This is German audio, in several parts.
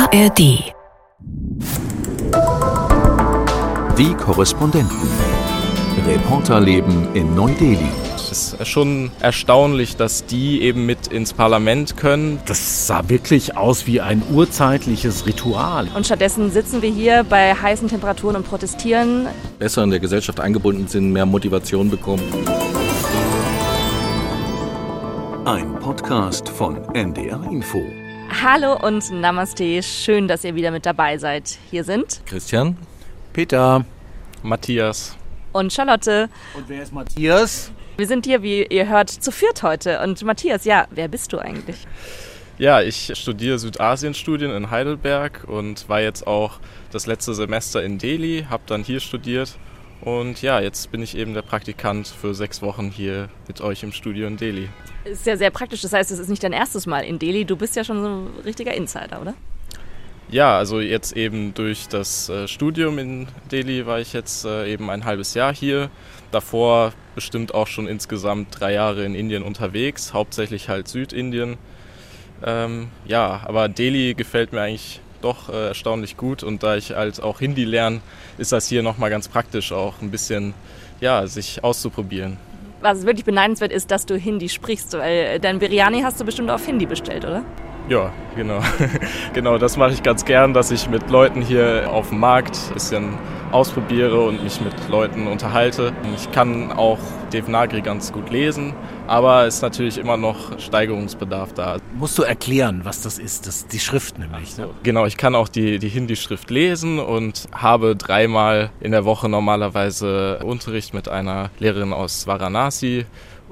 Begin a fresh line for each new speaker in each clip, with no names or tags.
ARD.
Die Korrespondenten. Reporterleben in Neu-Delhi.
Es ist schon erstaunlich, dass die eben mit ins Parlament können.
Das sah wirklich aus wie ein urzeitliches Ritual.
Und stattdessen sitzen wir hier bei heißen Temperaturen und protestieren.
Besser in der Gesellschaft eingebunden sind, mehr Motivation bekommen.
Ein Podcast von NDR Info.
Hallo und Namaste, schön, dass ihr wieder mit dabei seid. Hier sind
Christian,
Peter
Matthias.
Und Charlotte.
Und wer ist Matthias?
Wir sind hier, wie ihr hört, zu viert heute. Und Matthias, ja, wer bist du eigentlich?
Ja, ich studiere Südasienstudien in Heidelberg und war jetzt auch das letzte Semester in Delhi, habe dann hier studiert. Und ja, jetzt bin ich eben der Praktikant für 6 Wochen hier mit euch im Studio in Delhi.
Ist ja sehr praktisch, das heißt, es ist nicht dein erstes Mal in Delhi. Du bist ja schon so ein richtiger Insider, oder?
Ja, also jetzt eben durch das Studium in Delhi war ich jetzt eben ein halbes Jahr hier. Davor bestimmt auch schon insgesamt 3 Jahre in Indien unterwegs, hauptsächlich halt Südindien. Ja, aber Delhi gefällt mir eigentlich doch erstaunlich gut und da ich halt auch Hindi lerne, ist das hier nochmal ganz praktisch auch ein bisschen, ja, sich auszuprobieren.
Was wirklich beneidenswert ist, dass du Hindi sprichst, weil dein Biryani hast du bestimmt auf Hindi bestellt, oder?
Ja, genau. Genau, das mache ich ganz gern, dass ich mit Leuten hier auf dem Markt ein bisschen ausprobiere und mich mit Leuten unterhalte. Ich kann auch Devanagari ganz gut lesen, aber es ist natürlich immer noch Steigerungsbedarf da.
Musst du erklären, was das ist, das die Schrift nämlich. Ne?
Genau, ich kann auch die Hindi-Schrift lesen und habe 3-mal in der Woche normalerweise Unterricht mit einer Lehrerin aus Varanasi.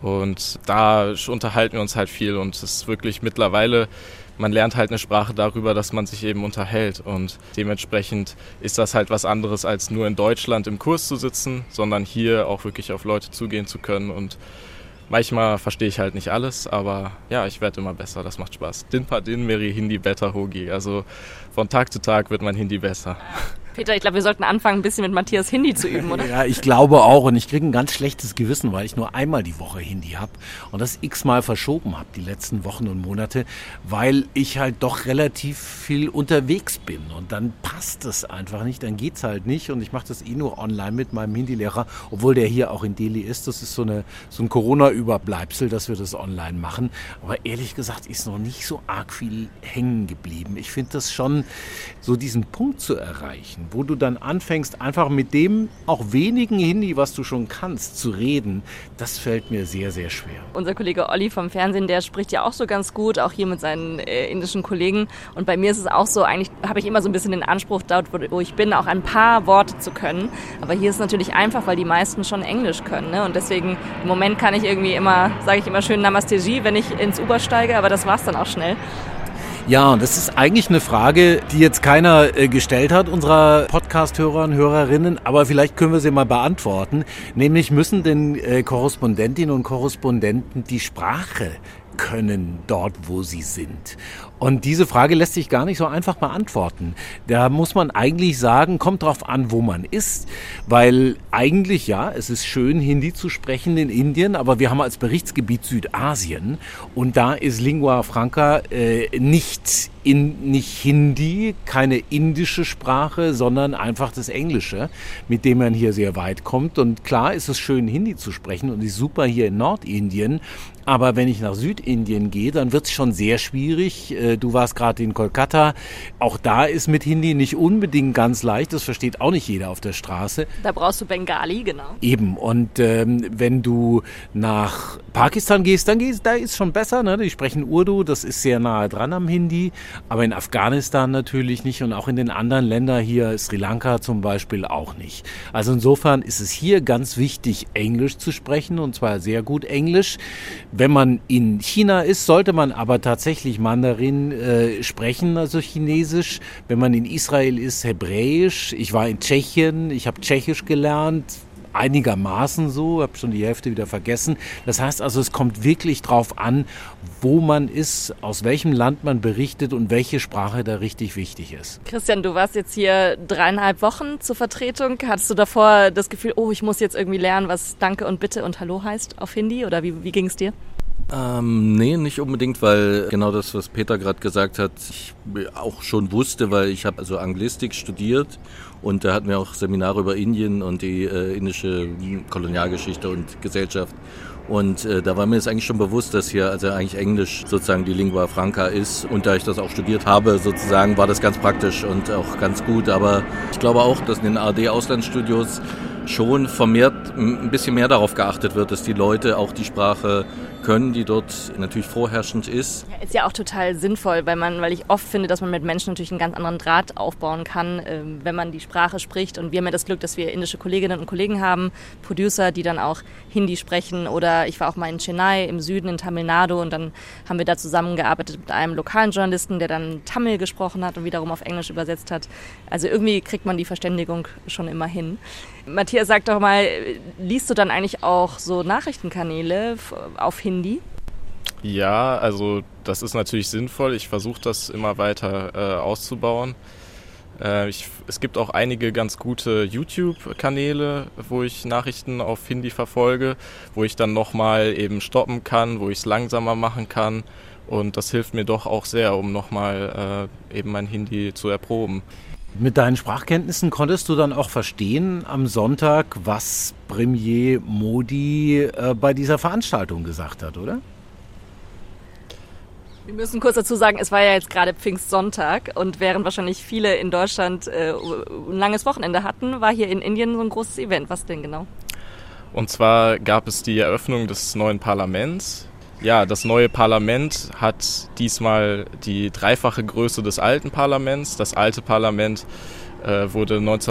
Und da unterhalten wir uns halt viel und es ist wirklich mittlerweile, man lernt halt eine Sprache darüber, dass man sich eben unterhält und dementsprechend ist das halt was anderes als nur in Deutschland im Kurs zu sitzen, sondern hier auch wirklich auf Leute zugehen zu können und manchmal verstehe ich halt nicht alles, aber ja, ich werde immer besser, das macht Spaß. Din pa din meri Hindi better hogi, also von Tag zu Tag wird mein Hindi besser.
Peter, ich glaube, wir sollten anfangen, ein bisschen mit Matthias Hindi zu üben, oder?
Ja, ich glaube auch. Und ich kriege ein ganz schlechtes Gewissen, weil ich nur einmal die Woche Hindi habe und das x-mal verschoben habe, die letzten Wochen und Monate, weil ich halt doch relativ viel unterwegs bin. Und dann passt es einfach nicht, dann geht's halt nicht. Und ich mache das nur online mit meinem Hindi-Lehrer, obwohl der hier auch in Delhi ist. Das ist so ein Corona-Überbleibsel, dass wir das online machen. Aber ehrlich gesagt ist noch nicht so arg viel hängen geblieben. Ich finde das schon, so diesen Punkt zu erreichen, wo du dann anfängst, einfach mit dem auch wenigen Hindi, was du schon kannst, zu reden, das fällt mir sehr, sehr schwer.
Unser Kollege Olli vom Fernsehen, der spricht ja auch so ganz gut, auch hier mit seinen indischen Kollegen. Und bei mir ist es auch so, eigentlich habe ich immer so ein bisschen den Anspruch, dort, wo ich bin, auch ein paar Worte zu können. Aber hier ist es natürlich einfach, weil die meisten schon Englisch können. Ne? Und deswegen, im Moment kann ich irgendwie immer, sage ich immer schön Namaste Ji, wenn ich ins Uber steige, aber das war's dann auch schnell.
Ja, und das ist eigentlich eine Frage, die jetzt keiner gestellt hat, unserer Podcast-Hörer und Hörerinnen, aber vielleicht können wir sie mal beantworten. Nämlich müssen denn Korrespondentinnen und Korrespondenten die Sprache können dort, wo sie sind? Und diese Frage lässt sich gar nicht so einfach beantworten. Da muss man eigentlich sagen, kommt drauf an, wo man ist, weil eigentlich, ja, es ist schön, Hindi zu sprechen in Indien, aber wir haben als Berichtsgebiet Südasien und da ist Lingua Franca nicht Hindi, keine indische Sprache, sondern einfach das Englische, mit dem man hier sehr weit kommt. Und klar ist es schön, Hindi zu sprechen und ist super hier in Nordindien. Aber wenn ich nach Südindien gehe, dann wird es schon sehr schwierig. Du warst gerade in Kolkata. Auch da ist mit Hindi nicht unbedingt ganz leicht. Das versteht auch nicht jeder auf der Straße.
Da brauchst du Bengali, genau.
Eben. Und wenn du nach Pakistan gehst, da ist schon besser. Ne? Die sprechen Urdu, das ist sehr nahe dran am Hindi. Aber in Afghanistan natürlich nicht und auch in den anderen Ländern hier, Sri Lanka zum Beispiel, auch nicht. Also insofern ist es hier ganz wichtig, Englisch zu sprechen und zwar sehr gut Englisch. Wenn man in China ist, sollte man aber tatsächlich Mandarin sprechen, also Chinesisch. Wenn man in Israel ist, Hebräisch. Ich war in Tschechien, ich habe Tschechisch gelernt. Einigermaßen so, habe schon die Hälfte wieder vergessen. Das heißt also, es kommt wirklich drauf an, wo man ist, aus welchem Land man berichtet und welche Sprache da richtig wichtig ist.
Christian, du warst jetzt hier 3,5 Wochen zur Vertretung. Hattest du davor das Gefühl, oh, ich muss jetzt irgendwie lernen, was Danke und Bitte und Hallo heißt auf Hindi oder wie ging es dir?
Nee, nicht unbedingt, weil genau das, was Peter gerade gesagt hat, ich auch schon wusste, weil ich habe also Anglistik studiert und da hatten wir auch Seminare über Indien und die indische Kolonialgeschichte und Gesellschaft. Und da war mir jetzt eigentlich schon bewusst, dass hier also eigentlich Englisch sozusagen die Lingua Franca ist. Und da ich das auch studiert habe, sozusagen, war das ganz praktisch und auch ganz gut. Aber ich glaube auch, dass in den ARD-Auslandsstudios schon vermehrt ein bisschen mehr darauf geachtet wird, dass die Leute auch die Sprache können, die dort natürlich vorherrschend ist.
Ja, ist ja auch total sinnvoll, weil ich oft finde, dass man mit Menschen natürlich einen ganz anderen Draht aufbauen kann, wenn man die Sprache spricht. Und wir haben ja das Glück, dass wir indische Kolleginnen und Kollegen haben, Producer, die dann auch Hindi sprechen. Oder ich war auch mal in Chennai im Süden in Tamil Nadu und dann haben wir da zusammengearbeitet mit einem lokalen Journalisten, der dann Tamil gesprochen hat und wiederum auf Englisch übersetzt hat. Also irgendwie kriegt man die Verständigung schon immer hin. Matthias, sag doch mal, liest du dann eigentlich auch so Nachrichtenkanäle auf Hindi?
Ja, also das ist natürlich sinnvoll. Ich versuche das immer weiter auszubauen. Es gibt auch einige ganz gute YouTube-Kanäle, wo ich Nachrichten auf Hindi verfolge, wo ich dann nochmal eben stoppen kann, wo ich es langsamer machen kann. Und das hilft mir doch auch sehr, um nochmal eben mein Hindi zu erproben.
Mit deinen Sprachkenntnissen konntest du dann auch verstehen am Sonntag, was Premier Modi bei dieser Veranstaltung gesagt hat, oder?
Wir müssen kurz dazu sagen, es war ja jetzt gerade Pfingstsonntag und während wahrscheinlich viele in Deutschland ein langes Wochenende hatten, war hier in Indien so ein großes Event. Was denn genau?
Und zwar gab es die Eröffnung des neuen Parlaments. Ja, das neue Parlament hat diesmal die dreifache Größe des alten Parlaments. Das alte Parlament wurde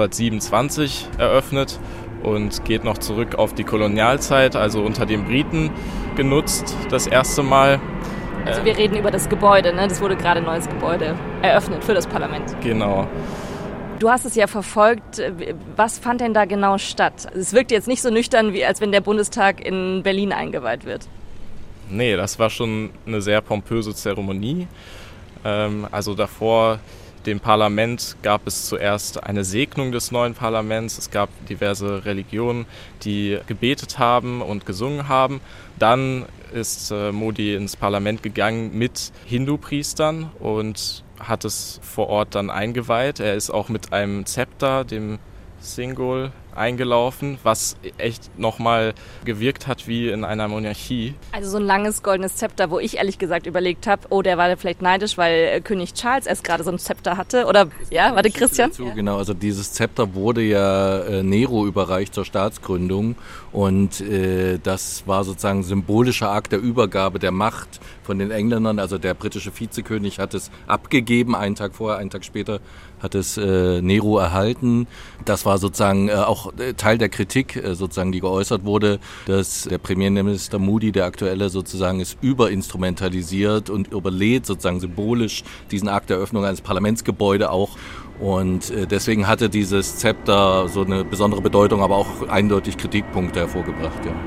1927 eröffnet und geht noch zurück auf die Kolonialzeit, also unter den Briten genutzt das erste Mal.
Also wir reden über das Gebäude, ne? Das wurde gerade ein neues Gebäude eröffnet für das Parlament.
Genau.
Du hast es ja verfolgt. Was fand denn da genau statt? Es wirkt jetzt nicht so nüchtern, wie als wenn der Bundestag in Berlin eingeweiht wird.
Nee, das war schon eine sehr pompöse Zeremonie. Also davor dem Parlament gab es zuerst eine Segnung des neuen Parlaments. Es gab diverse Religionen, die gebetet haben und gesungen haben. Dann ist Modi ins Parlament gegangen mit Hindu-Priestern und hat es vor Ort dann eingeweiht. Er ist auch mit einem Zepter, dem Singhol, eingelaufen, was echt nochmal gewirkt hat wie in einer Monarchie.
Also so ein langes goldenes Zepter, wo ich ehrlich gesagt überlegt habe, oh, der war vielleicht neidisch, weil König Charles erst gerade so ein Zepter hatte. Oder, ja, warte, Christian?
Ja. Genau, also dieses Zepter wurde ja Nero überreicht zur Staatsgründung und das war sozusagen ein symbolischer Akt der Übergabe der Macht von den Engländern. Also der britische Vizekönig hat es abgegeben, einen Tag vorher, einen Tag später hat es Nero erhalten. Das war sozusagen auch Teil der Kritik, sozusagen, die geäußert wurde, dass der Premierminister Modi, der aktuelle, sozusagen es überinstrumentalisiert und überlädt sozusagen symbolisch diesen Akt der Eröffnung eines Parlamentsgebäudes auch. Und deswegen hatte dieses Zepter so eine besondere Bedeutung, aber auch eindeutig Kritikpunkte hervorgebracht. Ja.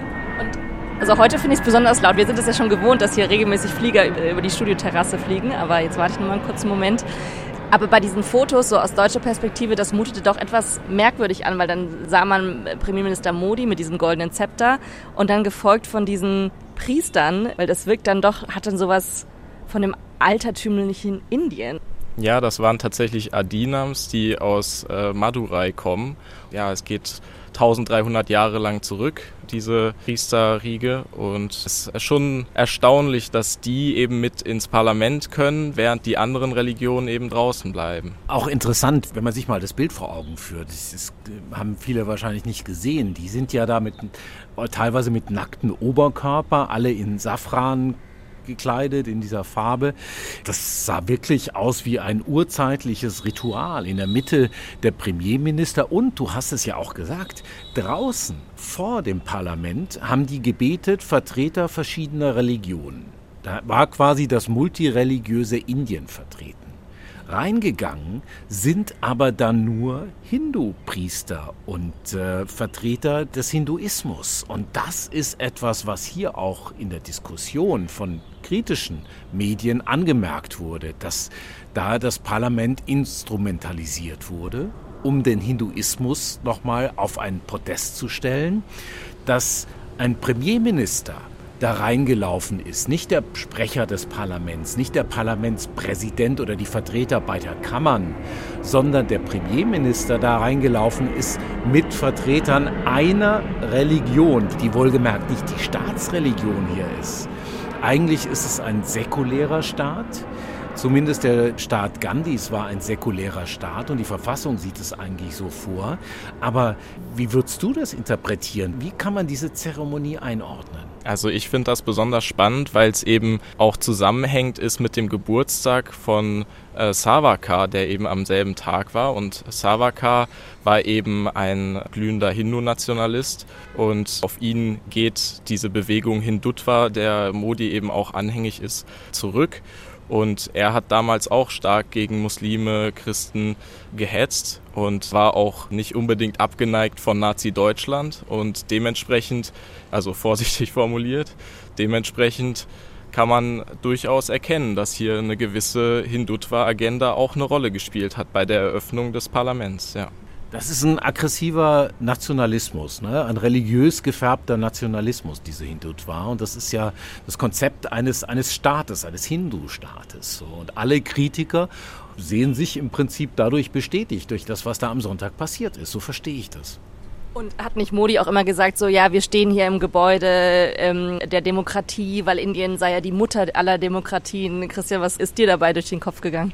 Also heute finde ich es besonders laut. Wir sind es ja schon gewohnt, dass hier regelmäßig Flieger über die Studioterrasse fliegen, aber jetzt warte ich nur mal einen kurzen Moment. Aber bei diesen Fotos, so aus deutscher Perspektive, das mutete doch etwas merkwürdig an, weil dann sah man Premierminister Modi mit diesem goldenen Zepter und dann gefolgt von diesen Priestern, weil das wirkt dann doch, hat dann sowas von dem altertümlichen Indien.
Ja, das waren tatsächlich Adinams, die aus Madurai kommen. Ja, es geht 1300 Jahre lang zurück, diese Priesterriege. Und es ist schon erstaunlich, dass die eben mit ins Parlament können, während die anderen Religionen eben draußen bleiben.
Auch interessant, wenn man sich mal das Bild vor Augen führt. Das haben viele wahrscheinlich nicht gesehen. Die sind ja da teilweise mit nacktem Oberkörper, alle in Safran gekleidet in dieser Farbe. Das sah wirklich aus wie ein urzeitliches Ritual. In der Mitte der Premierminister und, du hast es ja auch gesagt, draußen vor dem Parlament haben die gebetet, Vertreter verschiedener Religionen. Da war quasi das multireligiöse Indien vertreten. Reingegangen sind aber dann nur Hindu-Priester und Vertreter des Hinduismus. Und das ist etwas, was hier auch in der Diskussion von kritischen Medien angemerkt wurde, dass da das Parlament instrumentalisiert wurde, um den Hinduismus nochmal auf einen Podest zu stellen, dass ein Premierminister da reingelaufen ist. Nicht der Sprecher des Parlaments, nicht der Parlamentspräsident oder die Vertreter beider Kammern, sondern der Premierminister da reingelaufen ist mit Vertretern einer Religion, die wohlgemerkt nicht die Staatsreligion hier ist. Eigentlich ist es ein säkulärer Staat. Zumindest der Staat Gandhis war ein säkulärer Staat und die Verfassung sieht es eigentlich so vor. Aber wie würdest du das interpretieren? Wie kann man diese Zeremonie einordnen?
Also ich finde das besonders spannend, weil es eben auch zusammenhängt ist mit dem Geburtstag von Savarkar, der eben am selben Tag war. Und Savarkar war eben ein glühender Hindu-Nationalist und auf ihn geht diese Bewegung Hindutva, der Modi eben auch anhängig ist, zurück. Und er hat damals auch stark gegen Muslime, Christen gehetzt und war auch nicht unbedingt abgeneigt von Nazi-Deutschland. Und dementsprechend, also vorsichtig formuliert, dementsprechend kann man durchaus erkennen, dass hier eine gewisse Hindutva-Agenda auch eine Rolle gespielt hat bei der Eröffnung des Parlaments, ja.
Das ist ein aggressiver Nationalismus, ne? Ein religiös gefärbter Nationalismus, diese Hindutva. Und das ist ja das Konzept eines Staates, eines Hindu-Staates. So. Und alle Kritiker sehen sich im Prinzip dadurch bestätigt, durch das, was da am Sonntag passiert ist. So verstehe ich das.
Und hat nicht Modi auch immer gesagt, so ja, wir stehen hier im Gebäude der Demokratie, weil Indien sei ja die Mutter aller Demokratien. Christian, was ist dir dabei durch den Kopf gegangen?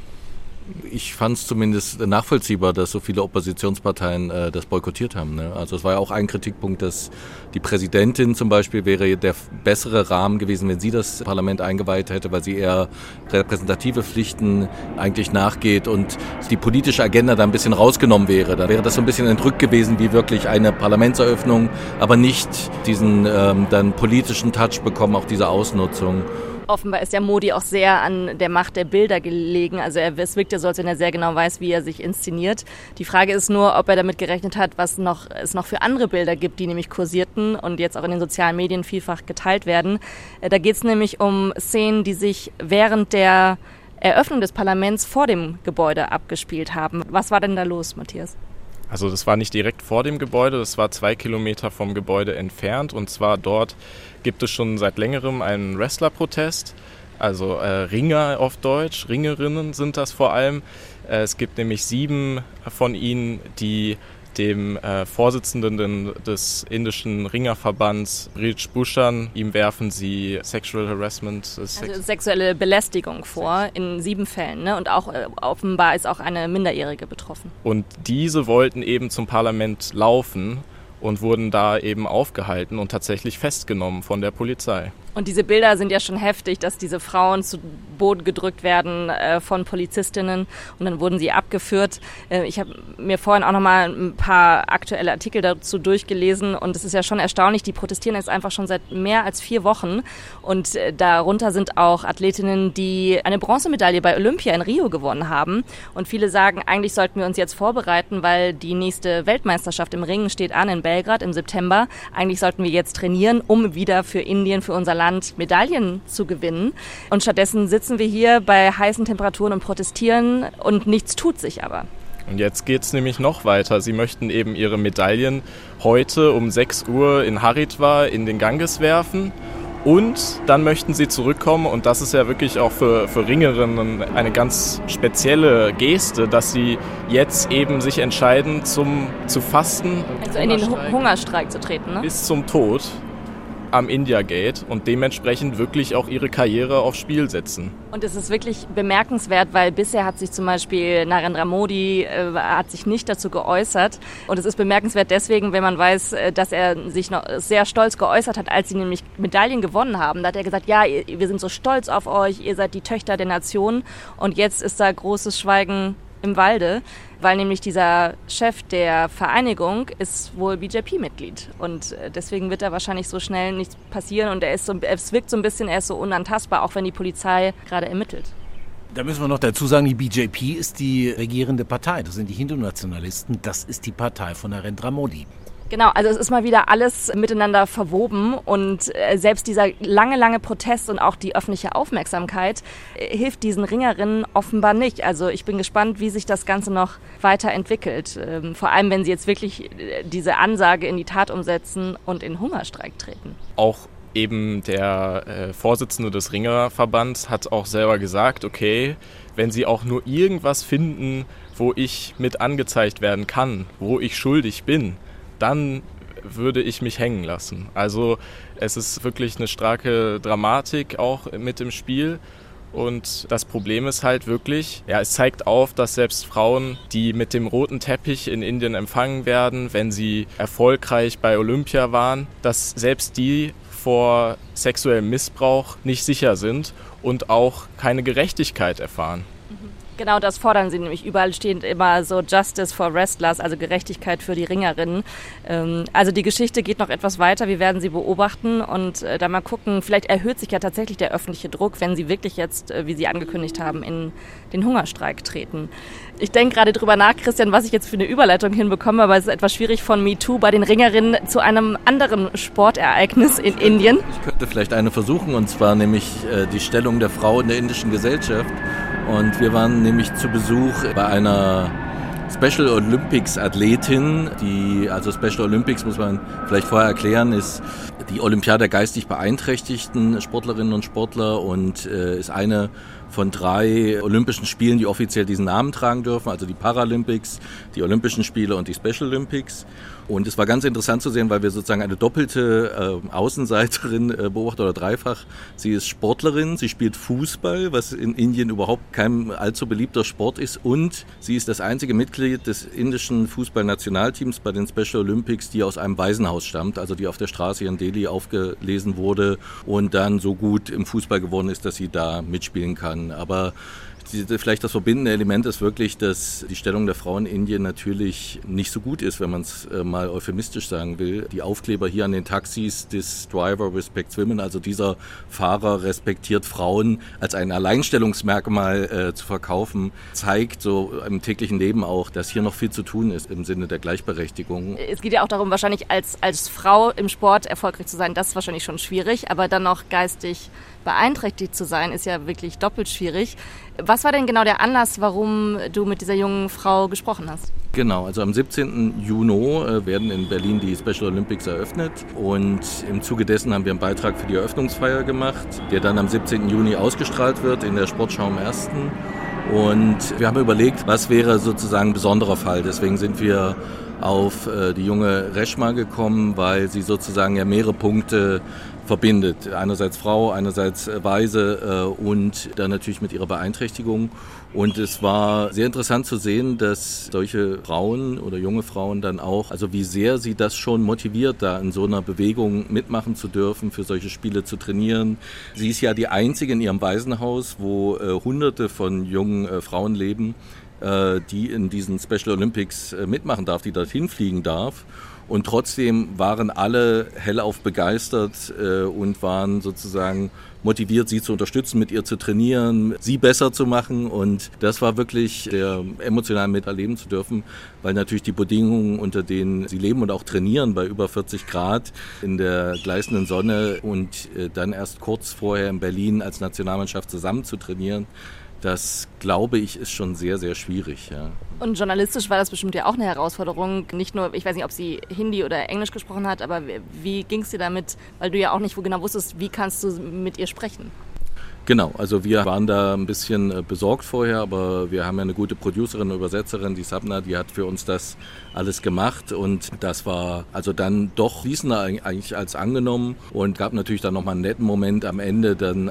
Ich fand es zumindest nachvollziehbar, dass so viele Oppositionsparteien das boykottiert haben. Ne? Also es war ja auch ein Kritikpunkt, dass die Präsidentin zum Beispiel wäre der bessere Rahmen gewesen, wenn sie das Parlament eingeweiht hätte, weil sie eher repräsentative Pflichten eigentlich nachgeht und die politische Agenda da ein bisschen rausgenommen wäre. Da wäre das so ein bisschen entrückt gewesen wie wirklich eine Parlamentseröffnung, aber nicht diesen dann politischen Touch bekommen, auch diese Ausnutzung.
Offenbar ist ja Modi auch sehr an der Macht der Bilder gelegen. Also es wirkt ja so, als wenn er sehr genau weiß, wie er sich inszeniert. Die Frage ist nur, ob er damit gerechnet hat, was es noch für andere Bilder gibt, die nämlich kursierten und jetzt auch in den sozialen Medien vielfach geteilt werden. Da geht es nämlich um Szenen, die sich während der Eröffnung des Parlaments vor dem Gebäude abgespielt haben. Was war denn da los, Matthias?
Also das war nicht direkt vor dem Gebäude, das war 2 Kilometer vom Gebäude entfernt und zwar dort gibt es schon seit längerem einen Wrestler-Protest, also Ringer auf Deutsch, Ringerinnen sind das vor allem. Es gibt nämlich 7 von ihnen, die dem Vorsitzenden des indischen Ringerverbands Brij Bhushan, ihm werfen sie Sexual Harassment.
Also sexuelle Belästigung vor, in 7 Fällen. Ne? Und auch offenbar ist auch eine Minderjährige betroffen.
Und diese wollten eben zum Parlament laufen und wurden da eben aufgehalten und tatsächlich festgenommen von der Polizei.
Und diese Bilder sind ja schon heftig, dass diese Frauen zu Boden gedrückt werden von Polizistinnen und dann wurden sie abgeführt. Ich habe mir vorhin auch nochmal ein paar aktuelle Artikel dazu durchgelesen und es ist ja schon erstaunlich, die protestieren jetzt einfach schon seit mehr als 4 Wochen und darunter sind auch Athletinnen, die eine Bronzemedaille bei Olympia in Rio gewonnen haben und viele sagen, eigentlich sollten wir uns jetzt vorbereiten, weil die nächste Weltmeisterschaft im Ringen steht an in Belgrad im September. Eigentlich sollten wir jetzt trainieren, um wieder für Indien, für unser Land Medaillen zu gewinnen. Und stattdessen sitzen wir hier bei heißen Temperaturen und protestieren und nichts tut sich aber.
Und jetzt geht es nämlich noch weiter. Sie möchten eben ihre Medaillen heute um 6 Uhr in Haridwar in den Ganges werfen. Und dann möchten sie zurückkommen und das ist ja wirklich auch für Ringerinnen eine ganz spezielle Geste, dass sie jetzt eben sich entscheiden zu fasten.
Also in den Hungerstreik zu treten, ne?
Bis zum Tod am India Gate und dementsprechend wirklich auch ihre Karriere aufs Spiel setzen.
Und es ist wirklich bemerkenswert, weil bisher hat sich zum Beispiel Narendra Modi hat sich nicht dazu geäußert. Und es ist bemerkenswert deswegen, wenn man weiß, dass er sich noch sehr stolz geäußert hat, als sie nämlich Medaillen gewonnen haben. Da hat er gesagt, ja, wir sind so stolz auf euch, ihr seid die Töchter der Nation. Und jetzt ist da großes Schweigen im Walde, weil nämlich dieser Chef der Vereinigung ist wohl BJP-Mitglied und deswegen wird da wahrscheinlich so schnell nichts passieren und es wirkt so ein bisschen, er ist so unantastbar, auch wenn die Polizei gerade ermittelt.
Da müssen wir noch dazu sagen, die BJP ist die regierende Partei, das sind die Hindu-Nationalisten, das ist die Partei von Narendra Modi.
Genau, also es ist mal wieder alles miteinander verwoben und selbst dieser lange Protest und auch die öffentliche Aufmerksamkeit hilft diesen Ringerinnen offenbar nicht. Also ich bin gespannt, wie sich das Ganze noch weiterentwickelt. Vor allem, wenn sie jetzt wirklich diese Ansage in die Tat umsetzen und in Hungerstreik treten.
Auch eben der Vorsitzende des Ringerverbands hat auch selber gesagt, okay, wenn Sie auch nur irgendwas finden, wo ich mit angezeigt werden kann, wo ich schuldig bin, dann würde ich mich hängen lassen. Also es ist wirklich eine starke Dramatik auch mit im Spiel. Und das Problem ist halt wirklich, es zeigt auf, dass selbst Frauen, die mit dem roten Teppich in Indien empfangen werden, wenn sie erfolgreich bei Olympia waren, dass selbst die vor sexuellem Missbrauch nicht sicher sind und auch keine Gerechtigkeit erfahren.
Genau, das fordern sie nämlich. Überall steht immer so Justice for Wrestlers, also Gerechtigkeit für die Ringerinnen. Also die Geschichte geht noch etwas weiter. Wir werden sie beobachten und da mal gucken. Vielleicht erhöht sich ja tatsächlich der öffentliche Druck, wenn sie wirklich jetzt, wie Sie angekündigt haben, in den Hungerstreik treten. Ich denke gerade drüber nach, Christian, was ich jetzt für eine Überleitung hinbekomme, aber es ist etwas schwierig von MeToo bei den Ringerinnen zu einem anderen Sportereignis in Indien.
Ich könnte vielleicht eine versuchen, und zwar nämlich die Stellung der Frau in der indischen Gesellschaft. Und wir waren nämlich zu Besuch bei einer Special Olympics Athletin, also Special Olympics muss man vielleicht vorher erklären, ist die Olympiade der geistig beeinträchtigten Sportlerinnen und Sportler und ist eine von 3 Olympischen Spielen, die offiziell diesen Namen tragen dürfen, also die Paralympics, die Olympischen Spiele und die Special Olympics. Und es war ganz interessant zu sehen, weil wir sozusagen eine doppelte Außenseiterin beobachten oder dreifach. Sie ist Sportlerin, sie spielt Fußball, was in Indien überhaupt kein allzu beliebter Sport ist. Und sie ist das einzige Mitglied des indischen Fußballnationalteams bei den Special Olympics, die aus einem Waisenhaus stammt, also die auf der Straße hier in Delhi aufgelesen wurde und dann so gut im Fußball geworden ist, dass sie da mitspielen kann. Aber vielleicht das verbindende Element ist wirklich, dass die Stellung der Frau in Indien natürlich nicht so gut ist, wenn man es mal euphemistisch sagen will. Die Aufkleber hier an den Taxis, this driver respects women, also dieser Fahrer respektiert Frauen als ein Alleinstellungsmerkmal zu verkaufen, zeigt so im täglichen Leben auch, dass hier noch viel zu tun ist im Sinne der Gleichberechtigung.
Es geht ja auch darum, wahrscheinlich als Frau im Sport erfolgreich zu sein, das ist wahrscheinlich schon schwierig, aber dann noch geistig beeinträchtigt zu sein, ist ja wirklich doppelt schwierig. Was war denn genau der Anlass, warum du mit dieser jungen Frau gesprochen hast?
Genau, also am 17. Juni werden in Berlin die Special Olympics eröffnet und im Zuge dessen haben wir einen Beitrag für die Eröffnungsfeier gemacht, der dann am 17. Juni ausgestrahlt wird in der Sportschau am 1. Und wir haben überlegt, was wäre sozusagen ein besonderer Fall. Deswegen sind wir auf die junge Reshma gekommen, weil sie sozusagen ja mehrere Punkte verbindet. Einerseits Frau, einerseits Waise und dann natürlich mit ihrer Beeinträchtigung. Und es war sehr interessant zu sehen, dass solche Frauen oder junge Frauen dann auch, also wie sehr sie das schon motiviert, da in so einer Bewegung mitmachen zu dürfen, für solche Spiele zu trainieren. Sie ist ja die einzige in ihrem Waisenhaus, wo Hunderte von jungen Frauen leben, die in diesen Special Olympics mitmachen darf, die dorthin fliegen darf. Und trotzdem waren alle hellauf begeistert und waren sozusagen motiviert, sie zu unterstützen, mit ihr zu trainieren, sie besser zu machen. Und das war wirklich emotional miterleben zu dürfen, weil natürlich die Bedingungen, unter denen sie leben und auch trainieren, bei über 40 Grad in der gleißenden Sonne und dann erst kurz vorher in Berlin als Nationalmannschaft zusammen zu trainieren, das, glaube ich, ist schon sehr, sehr schwierig. Ja.
Und journalistisch war das bestimmt ja auch eine Herausforderung. Nicht nur, ich weiß nicht, ob sie Hindi oder Englisch gesprochen hat, aber wie ging es dir damit? Weil du ja auch nicht genau wusstest, wie kannst du mit ihr sprechen?
Genau, also wir waren da ein bisschen besorgt vorher, aber wir haben ja eine gute Producerin und Übersetzerin, die Sabna, die hat für uns das alles gemacht und das war also dann doch fließender eigentlich als angenommen und gab natürlich dann nochmal einen netten Moment am Ende, dann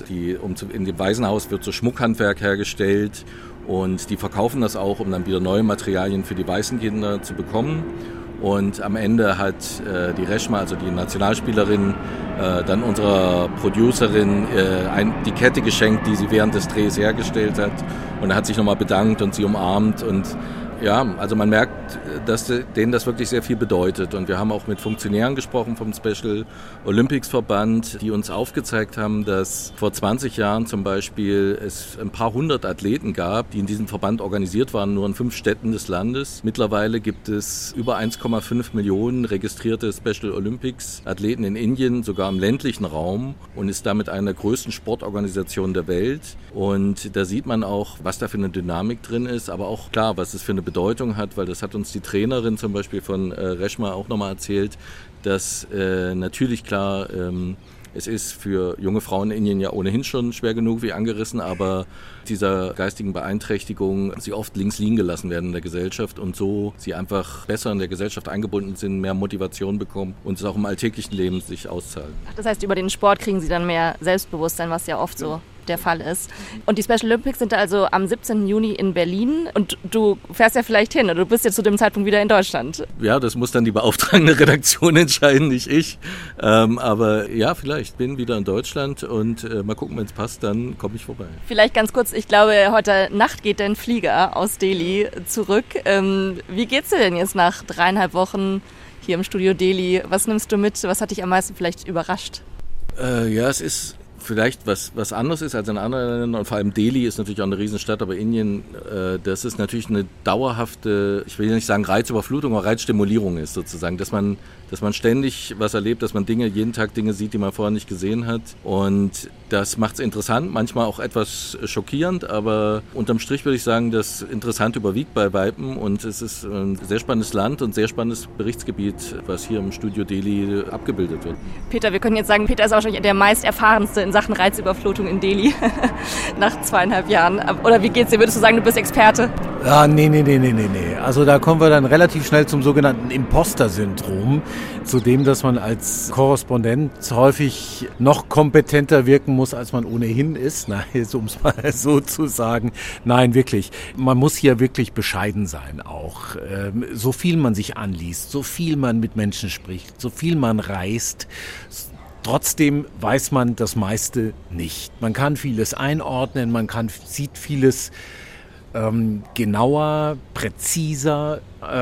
in dem Waisenhaus wird so Schmuckhandwerk hergestellt und die verkaufen das auch, um dann wieder neue Materialien für die Waisenkinder zu bekommen. Und am Ende hat die Reshma, also die Nationalspielerin, dann unserer Producerin die Kette geschenkt, die sie während des Drehs hergestellt hat. Und er hat sich nochmal bedankt und sie umarmt. Und ja, also man merkt, dass denen das wirklich sehr viel bedeutet. Und wir haben auch mit Funktionären gesprochen vom Special Olympics Verband, die uns aufgezeigt haben, dass vor 20 Jahren zum Beispiel es ein paar hundert Athleten gab, die in diesem Verband organisiert waren, nur in 5 Städten des Landes. Mittlerweile gibt es über 1,5 Millionen registrierte Special Olympics Athleten in Indien, sogar im ländlichen Raum und ist damit eine der größten Sportorganisationen der Welt. Und da sieht man auch, was da für eine Dynamik drin ist, aber auch klar, was es für eine Bedeutung Bedeutung hat, weil das hat uns die Trainerin zum Beispiel von Reshma auch nochmal erzählt, dass natürlich klar, es ist für junge Frauen in Indien ja ohnehin schon schwer genug wie angerissen, aber dieser geistigen Beeinträchtigung sie oft links liegen gelassen werden in der Gesellschaft und so sie einfach besser in der Gesellschaft eingebunden sind, mehr Motivation bekommen und es auch im alltäglichen Leben sich auszahlen.
Das heißt, über den Sport kriegen sie dann mehr Selbstbewusstsein, was ja oft so der Fall ist. Und die Special Olympics sind also am 17. Juni in Berlin und du fährst ja vielleicht hin oder du bist ja zu dem Zeitpunkt wieder in Deutschland.
Ja, das muss dann die beauftragende Redaktion entscheiden, nicht ich. Aber ja, vielleicht bin wieder in Deutschland und mal gucken, wenn es passt, dann komme ich vorbei.
Vielleicht ganz kurz, ich glaube, heute Nacht geht dein Flieger aus Delhi zurück. Wie geht's dir denn jetzt nach 3,5 Wochen hier im Studio Delhi? Was nimmst du mit? Was hat dich am meisten vielleicht überrascht?
Ja, es ist vielleicht was anderes ist als in anderen Ländern und vor allem Delhi ist natürlich auch eine Riesenstadt, aber Indien, das ist natürlich eine dauerhafte, ich will nicht sagen Reizüberflutung, aber Reizstimulierung ist sozusagen, dass man ständig was erlebt, dass man jeden Tag Dinge sieht, die man vorher nicht gesehen hat und das macht es interessant, manchmal auch etwas schockierend, aber unterm Strich würde ich sagen, das Interessante überwiegt bei Weitem und es ist ein sehr spannendes Land und sehr spannendes Berichtsgebiet, was hier im Studio Delhi abgebildet wird.
Peter, wir können jetzt sagen, Peter ist wahrscheinlich der meist erfahrenste in Sachen Reizüberflutung in Delhi nach 2,5 Jahren. Oder wie geht's dir? Würdest du sagen, du bist Experte?
Ja, nee. Also da kommen wir dann relativ schnell zum sogenannten Imposter-Syndrom, zu dem, dass man als Korrespondent häufig noch kompetenter wirken muss, als man ohnehin ist. Nein, um es mal so zu sagen. Nein, wirklich. Man muss hier wirklich bescheiden sein auch. So viel man sich anliest, so viel man mit Menschen spricht, so viel man reist, trotzdem weiß man das meiste nicht. Man kann vieles einordnen, sieht vieles genauer, präziser,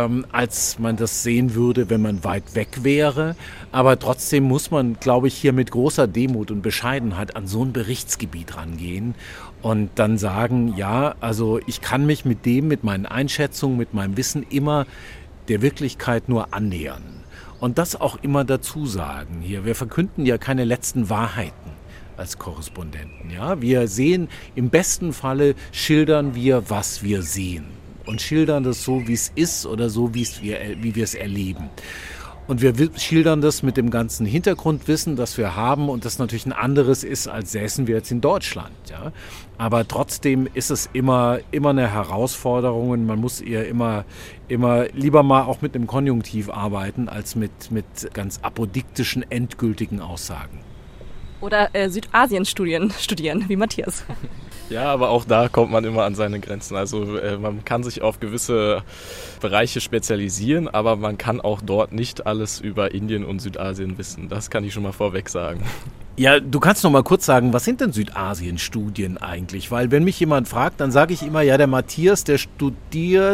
als man das sehen würde, wenn man weit weg wäre. Aber trotzdem muss man, glaube ich, hier mit großer Demut und Bescheidenheit an so ein Berichtsgebiet rangehen und dann sagen, ja, also ich kann mich mit meinen Einschätzungen, mit meinem Wissen immer der Wirklichkeit nur annähern. Und das auch immer dazu sagen hier. Wir verkünden ja keine letzten Wahrheiten als Korrespondenten. Ja? Wir sehen, im besten Falle schildern wir, was wir sehen. Und schildern das so, wie es ist oder so, wie wir es erleben. Und wir schildern das mit dem ganzen Hintergrundwissen, das wir haben und das natürlich ein anderes ist, als säßen wir jetzt in Deutschland. Ja? Aber trotzdem ist es immer eine Herausforderung und man muss eher immer lieber mal auch mit einem Konjunktiv arbeiten, als mit ganz apodiktischen, endgültigen Aussagen.
Oder Südasien-Studien studieren, wie Matthias.
Ja, aber auch da kommt man immer an seine Grenzen. Also man kann sich auf gewisse Bereiche spezialisieren, aber man kann auch dort nicht alles über Indien und Südasien wissen. Das kann ich schon mal vorweg sagen.
Ja, du kannst noch mal kurz sagen, was sind denn Südasien-Studien eigentlich? Weil wenn mich jemand fragt, dann sage ich immer, ja, der Matthias, der studiert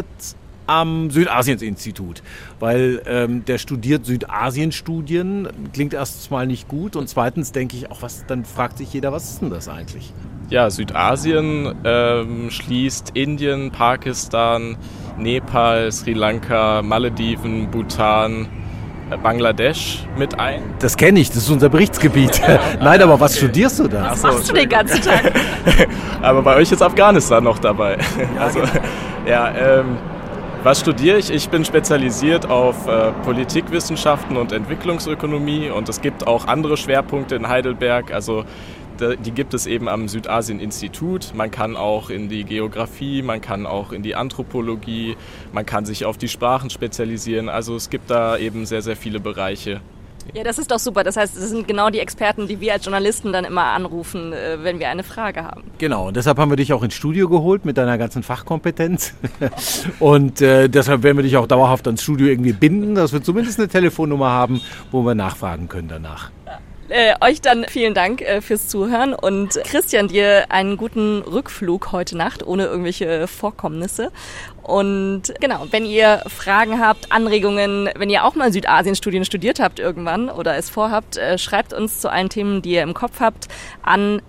am Südasien-Institut, weil der studiert Südasien-Studien, klingt erstens mal nicht gut und zweitens denke ich auch, dann fragt sich jeder, was ist denn das eigentlich?
Ja, Südasien schließt Indien, Pakistan, Nepal, Sri Lanka, Malediven, Bhutan, Bangladesch mit ein.
Das kenne ich, das ist unser Berichtsgebiet. Nein, aber was studierst du da?
Was machst du den ganzen Tag?
Aber bei euch ist Afghanistan noch dabei. Also, ja, was studiere ich? Ich bin spezialisiert auf Politikwissenschaften und Entwicklungsökonomie und es gibt auch andere Schwerpunkte in Heidelberg, also die gibt es eben am Südasien-Institut. Man kann auch in die Geografie, man kann auch in die Anthropologie, man kann sich auf die Sprachen spezialisieren, also es gibt da eben sehr, sehr viele Bereiche.
Ja, das ist doch super. Das heißt, das sind genau die Experten, die wir als Journalisten dann immer anrufen, wenn wir eine Frage haben.
Genau, und deshalb haben wir dich auch ins Studio geholt mit deiner ganzen Fachkompetenz. Und deshalb werden wir dich auch dauerhaft ans Studio irgendwie binden, dass wir zumindest eine Telefonnummer haben, wo wir nachfragen können danach.
Euch dann vielen Dank fürs Zuhören und Christian, dir einen guten Rückflug heute Nacht ohne irgendwelche Vorkommnisse. Und genau, wenn ihr Fragen habt, Anregungen, wenn ihr auch mal Südasien-Studien studiert habt irgendwann oder es vorhabt, schreibt uns zu allen Themen, die ihr im Kopf habt, an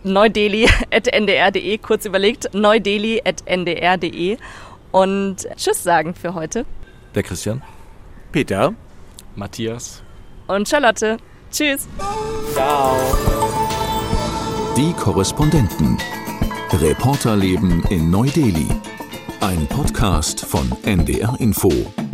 neudeli@ndr.de, kurz überlegt, neudeli@ndr.de und Tschüss sagen für heute.
Der Christian.
Peter.
Matthias.
Und Charlotte. Tschüss.
Ciao.
Die Korrespondenten. Reporterleben in Neu-Delhi. Ein Podcast von NDR Info.